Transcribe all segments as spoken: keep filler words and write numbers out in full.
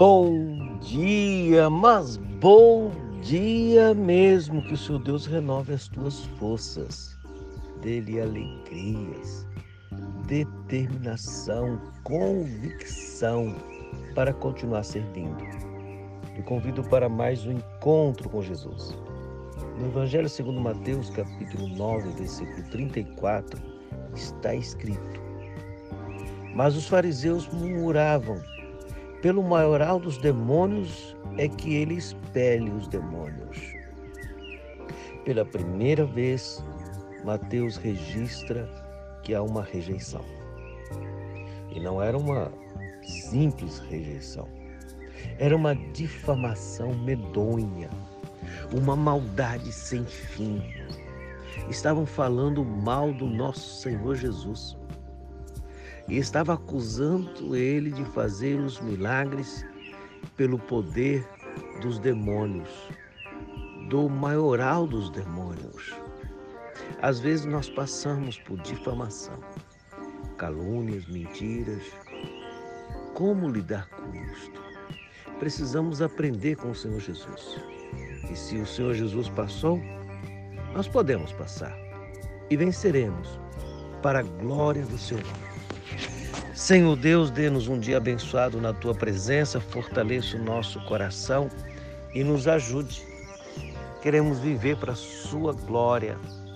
Bom dia, mas bom dia mesmo, que o Senhor Deus renove as tuas forças, dê-lhe alegrias, determinação, convicção para continuar servindo. Lhe convido para mais um encontro com Jesus. No Evangelho segundo Mateus, capítulo nove, versículo trinta e quatro, está escrito: Mas os fariseus murmuravam: pelo maioral dos demônios é que ele expele os demônios. Pela primeira vez, Mateus registra que há uma rejeição. E não era uma simples rejeição. Era uma difamação medonha, uma maldade sem fim. Estavam falando mal do nosso Senhor Jesus. E estava acusando ele de fazer os milagres pelo poder dos demônios, do maioral dos demônios. Às vezes nós passamos por difamação, calúnias, mentiras. Como lidar com isto? Precisamos aprender com o Senhor Jesus. E se o Senhor Jesus passou, nós podemos passar e venceremos para a glória do seu nome. Senhor Deus, dê-nos um dia abençoado na Tua presença, fortaleça o nosso coração e nos ajude. Queremos viver para a Sua glória,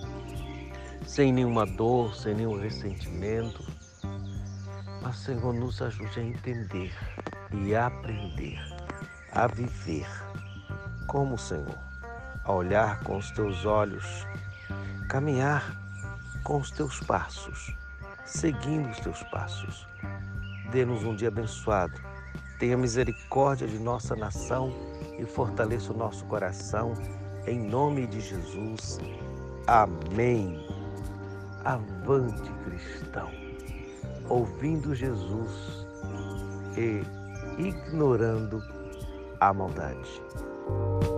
sem nenhuma dor, sem nenhum ressentimento. Mas, Senhor, nos ajude a entender e a aprender a viver como o Senhor, a olhar com os Teus olhos, caminhar com os Teus passos, seguindo os Teus passos. Dê-nos um dia abençoado. Tenha misericórdia de nossa nação e fortaleça o nosso coração. Em nome de Jesus. Amém. Avante, cristão, ouvindo Jesus e ignorando a maldade.